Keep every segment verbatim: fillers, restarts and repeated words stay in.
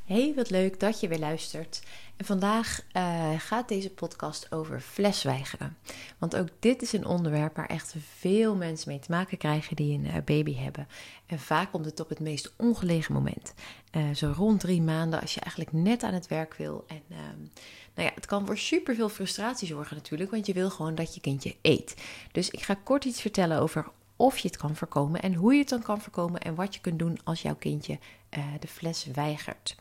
Hey, wat leuk dat je weer luistert. En vandaag uh, gaat deze podcast over flesweigeren. Want ook dit is een onderwerp waar echt veel mensen mee te maken krijgen die een uh, baby hebben. En vaak komt het op het meest ongelegen moment. Uh, zo rond drie maanden als je eigenlijk net aan het werk wil. En uh, nou ja, het kan voor superveel frustratie zorgen natuurlijk, want je wil gewoon dat je kindje eet. Dus ik ga kort iets vertellen over of je het kan voorkomen en hoe je het dan kan voorkomen en wat je kunt doen als jouw kindje uh, de fles weigert.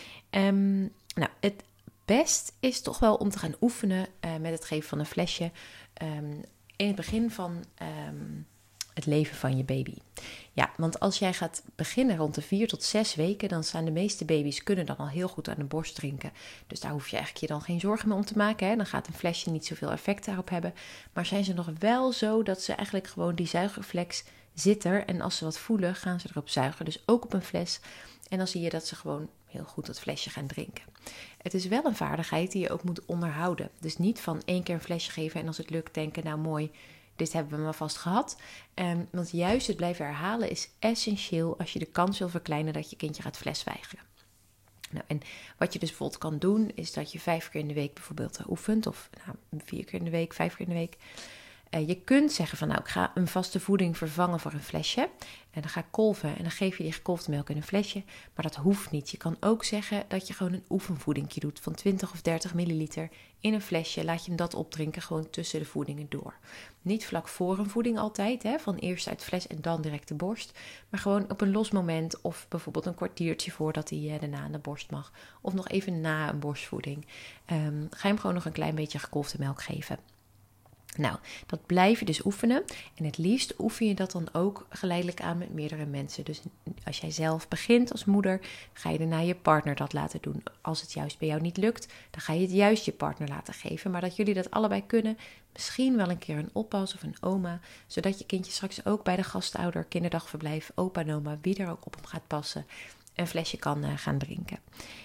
Um, nou, het best is toch wel om te gaan oefenen uh, met het geven van een flesje um, in het begin van um, het leven van je baby. Ja, want als jij gaat beginnen rond de vier tot zes weken, dan zijn de meeste baby's kunnen dan al heel goed aan de borst drinken. Dus daar hoef je eigenlijk je dan geen zorgen meer om te maken. Hè? Dan gaat een flesje niet zoveel effect daarop hebben. Maar zijn ze nog wel zo dat ze eigenlijk gewoon die zuigreflex zit er. En als ze wat voelen, gaan ze erop zuigen. Dus ook op een fles. En dan zie je dat ze gewoon heel goed dat flesje gaan drinken. Het is wel een vaardigheid die je ook moet onderhouden. Dus niet van één keer een flesje geven en als het lukt denken, nou mooi, dit hebben we maar vast gehad. Um, want juist het blijven herhalen is essentieel als je de kans wil verkleinen dat je kindje gaat flesweigeren. Nou, en wat je dus bijvoorbeeld kan doen, is dat je vijf keer in de week bijvoorbeeld oefent. Of nou, vier keer in de week, vijf keer in de week. Uh, je kunt zeggen van nou, ik ga een vaste voeding vervangen voor een flesje. En dan ga ik kolven en dan geef je die gekolfde melk in een flesje. Maar dat hoeft niet. Je kan ook zeggen dat je gewoon een oefenvoedingje doet van twintig of dertig milliliter in een flesje. Laat je hem dat opdrinken gewoon tussen de voedingen door. Niet vlak voor een voeding altijd, hè, van eerst uit fles en dan direct de borst. Maar gewoon op een los moment of bijvoorbeeld een kwartiertje voordat hij uh, daarna aan de borst mag. Of nog even na een borstvoeding. Um, ga je hem gewoon nog een klein beetje gekolfde melk geven. Nou, dat blijf je dus oefenen. En het liefst oefen je dat dan ook geleidelijk aan met meerdere mensen. Dus als jij zelf begint als moeder, ga je daarna je partner dat laten doen. Als het juist bij jou niet lukt, dan ga je het juist je partner laten geven. Maar dat jullie dat allebei kunnen, misschien wel een keer een oppas of een oma. Zodat je kindje straks ook bij de gastouder, kinderdagverblijf, opa en oma, wie er ook op hem gaat passen, een flesje kan uh, gaan drinken.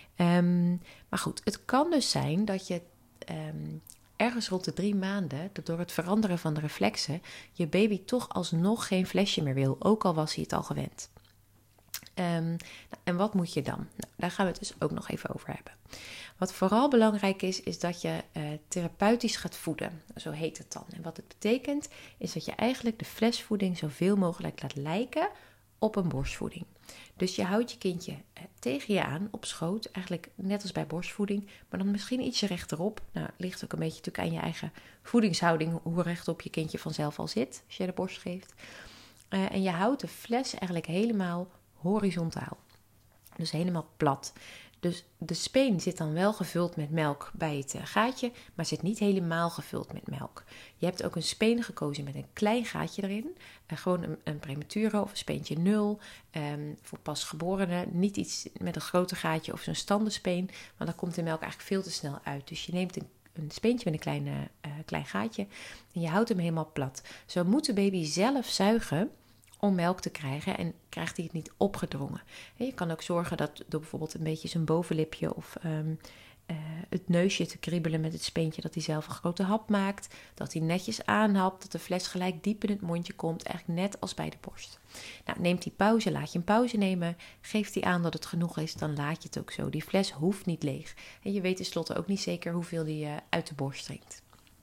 Um, maar goed, het kan dus zijn dat je Um, ergens rond de drie maanden, dat door het veranderen van de reflexen, je baby toch alsnog geen flesje meer wil, ook al was hij het al gewend. Um, nou, en wat moet je dan? Nou, daar gaan we het dus ook nog even over hebben. Wat vooral belangrijk is, is dat je uh, therapeutisch gaat voeden. Zo heet het dan. En wat het betekent, is dat je eigenlijk de flesvoeding zoveel mogelijk laat lijken op een borstvoeding. Dus je houdt je kindje eh, tegen je aan op schoot, eigenlijk net als bij borstvoeding, maar dan misschien ietsje rechterop. Nou, het ligt ook een beetje natuurlijk aan je eigen voedingshouding, hoe rechtop je kindje vanzelf al zit, als je de borst geeft. Uh, en je houdt de fles eigenlijk helemaal horizontaal, dus helemaal plat. Dus de speen zit dan wel gevuld met melk bij het gaatje, maar zit niet helemaal gevuld met melk. Je hebt ook een speen gekozen met een klein gaatje erin. Uh, gewoon een, een premature of een speentje nul. Um, voor pasgeborenen. Niet iets met een groter gaatje of zo'n standenspeen. Want dan komt de melk eigenlijk veel te snel uit. Dus je neemt een, een speentje met een klein, uh, klein gaatje en je houdt hem helemaal plat. Zo moet de baby zelf zuigen om melk te krijgen en krijgt hij het niet opgedrongen. Je kan ook zorgen dat door bijvoorbeeld een beetje zijn bovenlipje of um, uh, het neusje te kriebelen met het speentje, dat hij zelf een grote hap maakt, dat hij netjes aanhapt, dat de fles gelijk diep in het mondje komt, eigenlijk net als bij de borst. Nou, neemt hij pauze, laat je een pauze nemen, geeft hij aan dat het genoeg is, dan laat je het ook zo. Die fles hoeft niet leeg. En je weet tenslotte ook niet zeker hoeveel hij uh, uit de borst drinkt.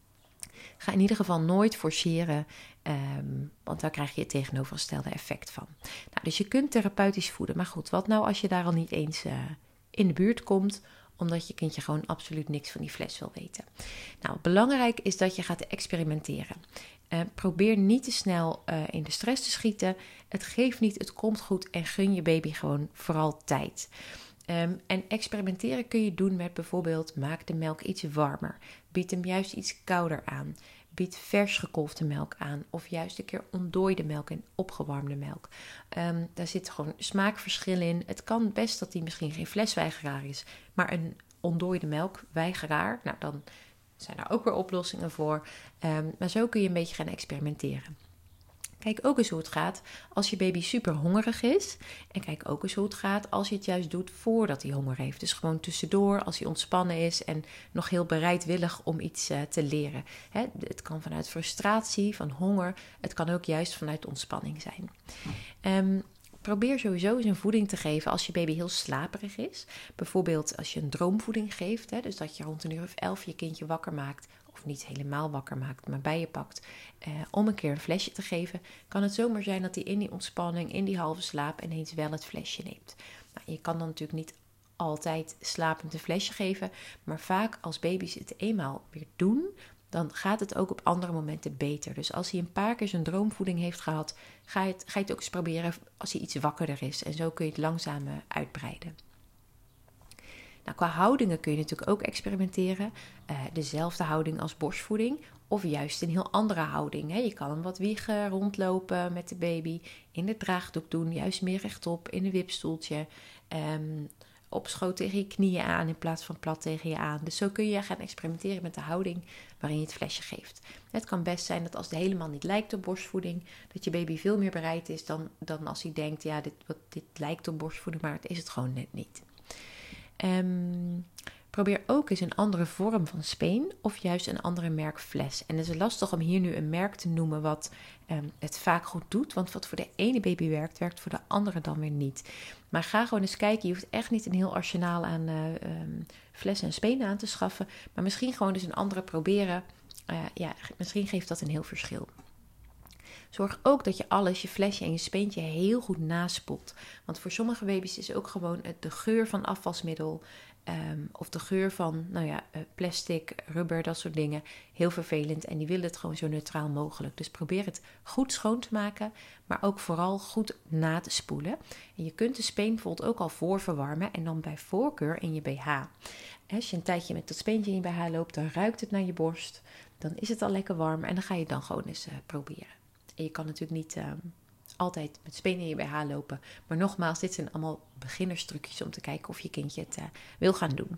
Ga in ieder geval nooit forceren, um, want daar krijg je het tegenovergestelde effect van. Nou, dus je kunt therapeutisch voeden. Maar goed, wat nou als je daar al niet eens uh, in de buurt komt, omdat je kindje gewoon absoluut niks van die fles wil weten. Nou, belangrijk is dat je gaat experimenteren. Uh, probeer niet te snel uh, in de stress te schieten. Het geeft niet, het komt goed en gun je baby gewoon vooral tijd. Um, en experimenteren kun je doen met bijvoorbeeld maak de melk iets warmer. Bied hem juist iets kouder aan. Bied vers gekolfde melk aan. Of juist een keer ontdooide melk en opgewarmde melk. Um, daar zit gewoon smaakverschil in. Het kan best dat die misschien geen flesweigeraar is. Maar een ontdooide melkweigeraar. Nou, dan zijn er ook weer oplossingen voor. Um, maar zo kun je een beetje gaan experimenteren. Kijk ook eens hoe het gaat als je baby super hongerig is. En kijk ook eens hoe het gaat als je het juist doet voordat hij honger heeft. Dus gewoon tussendoor als hij ontspannen is en nog heel bereidwillig om iets uh, te leren. Hè, het kan vanuit frustratie, van honger. Het kan ook juist vanuit ontspanning zijn. Um, probeer sowieso eens een voeding te geven als je baby heel slaperig is. Bijvoorbeeld als je een droomvoeding geeft, hè, dus dat je rond een uur of elf je kindje wakker maakt, of niet helemaal wakker maakt, maar bij je pakt, eh, om een keer een flesje te geven, kan het zomaar zijn dat hij in die ontspanning, in die halve slaap, ineens wel het flesje neemt. Nou, je kan dan natuurlijk niet altijd slapend een flesje geven, maar vaak als baby's het eenmaal weer doen, dan gaat het ook op andere momenten beter. Dus als hij een paar keer zijn droomvoeding heeft gehad, ga je het, ga je het ook eens proberen als hij iets wakkerder is. En zo kun je het langzaam uitbreiden. Nou, qua houdingen kun je natuurlijk ook experimenteren. Uh, dezelfde houding als borstvoeding of juist een heel andere houding. Hè. Je kan hem wat wiegen, rondlopen met de baby, in de draagdoek doen, juist meer rechtop, in een wipstoeltje, um, op schoot tegen je knieën aan in plaats van plat tegen je aan. Dus zo kun je gaan experimenteren met de houding waarin je het flesje geeft. Het kan best zijn dat als het helemaal niet lijkt op borstvoeding, dat je baby veel meer bereid is dan, dan als hij denkt, ja, dit, wat, dit lijkt op borstvoeding, maar het is het gewoon net niet. Um, probeer ook eens een andere vorm van speen of juist een andere merk fles. En het is lastig om hier nu een merk te noemen wat um, het vaak goed doet. Want wat voor de ene baby werkt, werkt voor de andere dan weer niet. Maar ga gewoon eens kijken. Je hoeft echt niet een heel arsenaal aan uh, um, flessen en spenen aan te schaffen. Maar misschien gewoon eens een andere proberen. Uh, ja, misschien geeft dat een heel verschil. Zorg ook dat je alles, je flesje en je speentje heel goed naspoelt. Want voor sommige baby's is ook gewoon de geur van afwasmiddel um, of de geur van nou ja, plastic, rubber, dat soort dingen heel vervelend. En die willen het gewoon zo neutraal mogelijk. Dus probeer het goed schoon te maken, maar ook vooral goed na te spoelen. En je kunt de speen bijvoorbeeld ook al voorverwarmen en dan bij voorkeur in je B H. Als je een tijdje met dat speentje in je B H loopt, dan ruikt het naar je borst. Dan is het al lekker warm en dan ga je het dan gewoon eens uh, proberen. En je kan natuurlijk niet uh, altijd met spenen in je B H lopen. Maar nogmaals, dit zijn allemaal beginnerstrucjes om te kijken of je kindje het uh, wil gaan doen.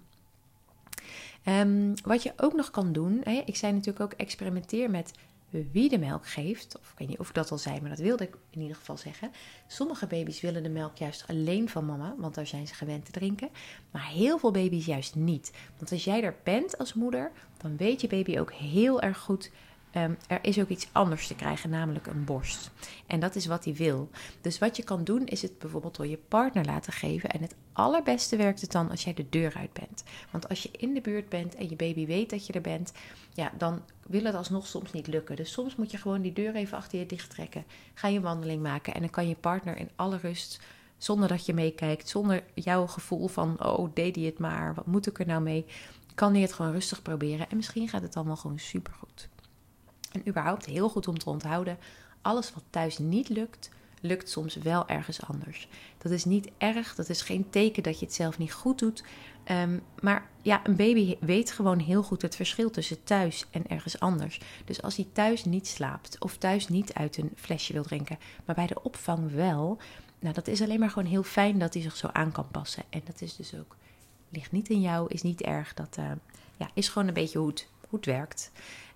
Um, wat je ook nog kan doen, hè, ik zei natuurlijk ook experimenteer met wie de melk geeft. Of ik weet niet of ik dat al zei, maar dat wilde ik in ieder geval zeggen. Sommige baby's willen de melk juist alleen van mama, want daar zijn ze gewend te drinken. Maar heel veel baby's juist niet. Want als jij er bent als moeder, dan weet je baby ook heel erg goed, Um, er is ook iets anders te krijgen, namelijk een borst. En dat is wat hij wil. Dus wat je kan doen, is het bijvoorbeeld door je partner laten geven. En het allerbeste werkt het dan als jij de deur uit bent. Want als je in de buurt bent en je baby weet dat je er bent, ja, dan wil het alsnog soms niet lukken. Dus soms moet je gewoon die deur even achter je dicht trekken. Ga je een wandeling maken en dan kan je partner in alle rust, zonder dat je meekijkt, zonder jouw gevoel van, oh, deed hij het maar, wat moet ik er nou mee, kan hij het gewoon rustig proberen. En misschien gaat het dan wel gewoon supergoed. En überhaupt heel goed om te onthouden, alles wat thuis niet lukt, lukt soms wel ergens anders. Dat is niet erg, dat is geen teken dat je het zelf niet goed doet. Um, maar ja, een baby weet gewoon heel goed het verschil tussen thuis en ergens anders. Dus als hij thuis niet slaapt of thuis niet uit een flesje wil drinken, maar bij de opvang wel, nou, dat is alleen maar gewoon heel fijn dat hij zich zo aan kan passen. En dat is dus ook, ligt niet in jou, is niet erg. Dat uh, ja, is gewoon een beetje hoe het, hoe het werkt.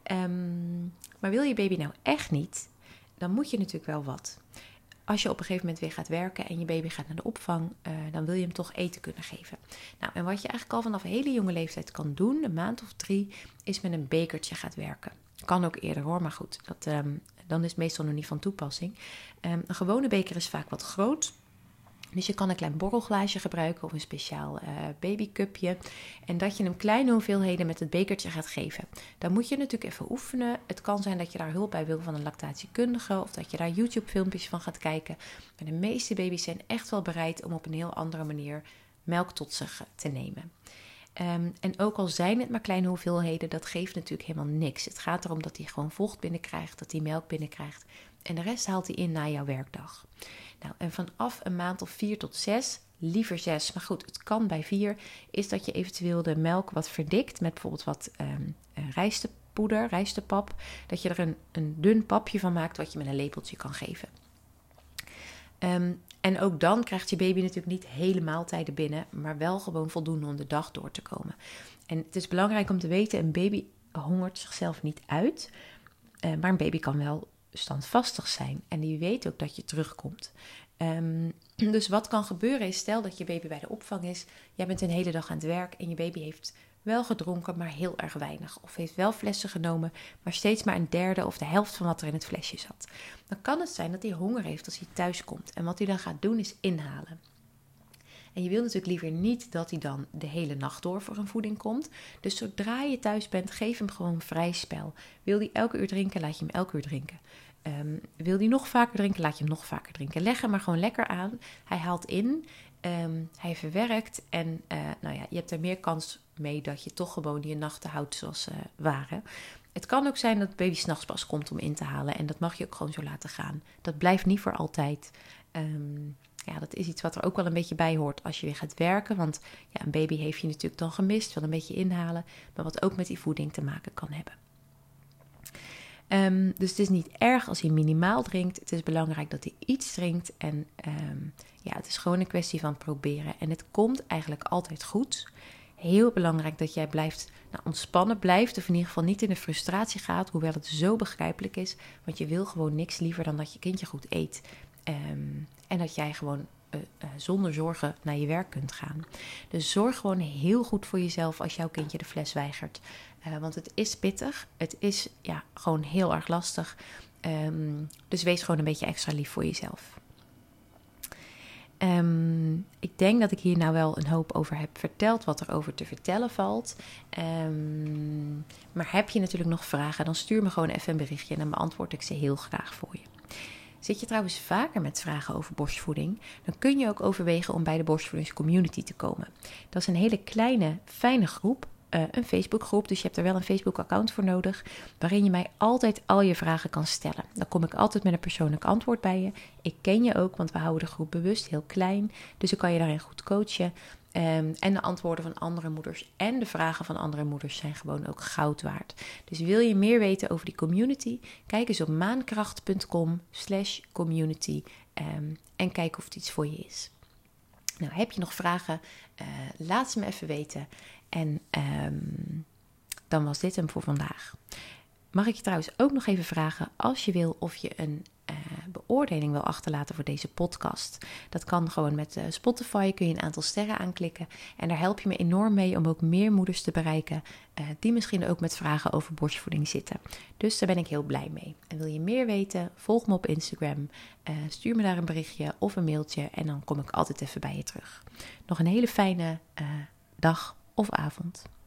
Um, maar wil je baby nou echt niet, dan moet je natuurlijk wel wat. Als je op een gegeven moment weer gaat werken en je baby gaat naar de opvang, uh, dan wil je hem toch eten kunnen geven. Nou, en wat je eigenlijk al vanaf een hele jonge leeftijd kan doen, een maand of drie, is met een bekertje gaat werken. Kan ook eerder hoor, maar goed, dat, um, dan is het meestal nog niet van toepassing. Um, een gewone beker is vaak wat groot. Dus je kan een klein borrelglaasje gebruiken of een speciaal uh, babycupje. En dat je hem kleine hoeveelheden met het bekertje gaat geven. Dan moet je natuurlijk even oefenen. Het kan zijn dat je daar hulp bij wil van een lactatiekundige of dat je daar YouTube filmpjes van gaat kijken. Maar de meeste baby's zijn echt wel bereid om op een heel andere manier melk tot zich te nemen. Um, en ook al zijn het maar kleine hoeveelheden, dat geeft natuurlijk helemaal niks. Het gaat erom dat hij gewoon vocht binnenkrijgt, dat hij melk binnenkrijgt. En de rest haalt hij in na jouw werkdag. Nou, en vanaf een maand of vier tot zes, liever zes, maar goed, het kan bij vier, is dat je eventueel de melk wat verdikt met bijvoorbeeld wat um, rijstepoeder, rijstepap. Dat je er een, een dun papje van maakt wat je met een lepeltje kan geven. Um, en ook dan krijgt je baby natuurlijk niet hele maaltijden binnen, maar wel gewoon voldoende om de dag door te komen. En het is belangrijk om te weten, een baby hongert zichzelf niet uit, uh, maar een baby kan wel standvastig zijn en die weet ook dat je terugkomt. Um, dus wat kan gebeuren is, stel dat je baby bij de opvang is, jij bent een hele dag aan het werk en je baby heeft wel gedronken, maar heel erg weinig. Of heeft wel flessen genomen, maar steeds maar een derde of de helft van wat er in het flesje zat. Dan kan het zijn dat hij honger heeft als hij thuis komt. En wat hij dan gaat doen is inhalen. En je wil natuurlijk liever niet dat hij dan de hele nacht door voor een voeding komt. Dus zodra je thuis bent, geef hem gewoon vrij spel. Wil hij elke uur drinken, laat je hem elke uur drinken. Um, wil hij nog vaker drinken, laat je hem nog vaker drinken. Leg hem maar gewoon lekker aan. Hij haalt in, um, hij verwerkt en uh, nou ja, je hebt er meer kans mee dat je toch gewoon je nachten houdt zoals ze uh, waren. Het kan ook zijn dat de baby 's nachts pas komt om in te halen en dat mag je ook gewoon zo laten gaan. Dat blijft niet voor altijd. Um, ja, dat is iets wat er ook wel een beetje bij hoort als je weer gaat werken. Want ja, een baby heeft je natuurlijk dan gemist, wil een beetje inhalen, maar wat ook met die voeding te maken kan hebben. Um, dus het is niet erg als hij minimaal drinkt. Het is belangrijk dat hij iets drinkt. En um, ja, het is gewoon een kwestie van proberen. En het komt eigenlijk altijd goed. Heel belangrijk dat jij blijft nou, ontspannen blijft. Of in ieder geval niet in de frustratie gaat. Hoewel het zo begrijpelijk is. Want je wil gewoon niks liever dan dat je kindje goed eet. Um, en dat jij gewoon uh, uh, zonder zorgen naar je werk kunt gaan. Dus zorg gewoon heel goed voor jezelf als jouw kindje de fles weigert. Uh, want het is pittig. Het is ja, gewoon heel erg lastig. Um, dus wees gewoon een beetje extra lief voor jezelf. Um, ik denk dat ik hier nou wel een hoop over heb verteld, wat er over te vertellen valt. Um, maar heb je natuurlijk nog vragen, dan stuur me gewoon even een berichtje en dan beantwoord ik ze heel graag voor je. Zit je trouwens vaker met vragen over borstvoeding, dan kun je ook overwegen om bij de borstvoedingscommunity te komen. Dat is een hele kleine, fijne groep. Uh, een Facebookgroep, dus je hebt er wel een Facebook-account voor nodig, waarin je mij altijd al je vragen kan stellen. Dan kom ik altijd met een persoonlijk antwoord bij je. Ik ken je ook, want we houden de groep bewust heel klein, dus ik kan je daarin goed coachen. Um, en de antwoorden van andere moeders en de vragen van andere moeders zijn gewoon ook goud waard. Dus wil je meer weten over die community, kijk eens op maankracht.com slash community um, en kijk of het iets voor je is. Nou, heb je nog vragen? Uh, laat ze me even weten. En um, dan was dit hem voor vandaag. Mag ik je trouwens ook nog even vragen, als je wil, of je een uh, beoordeling wil achterlaten voor deze podcast. Dat kan gewoon met uh, Spotify, kun je een aantal sterren aanklikken. En daar help je me enorm mee om ook meer moeders te bereiken, uh, die misschien ook met vragen over borstvoeding zitten. Dus daar ben ik heel blij mee. En wil je meer weten, volg me op Instagram, uh, stuur me daar een berichtje of een mailtje en dan kom ik altijd even bij je terug. Nog een hele fijne uh, dag of avond.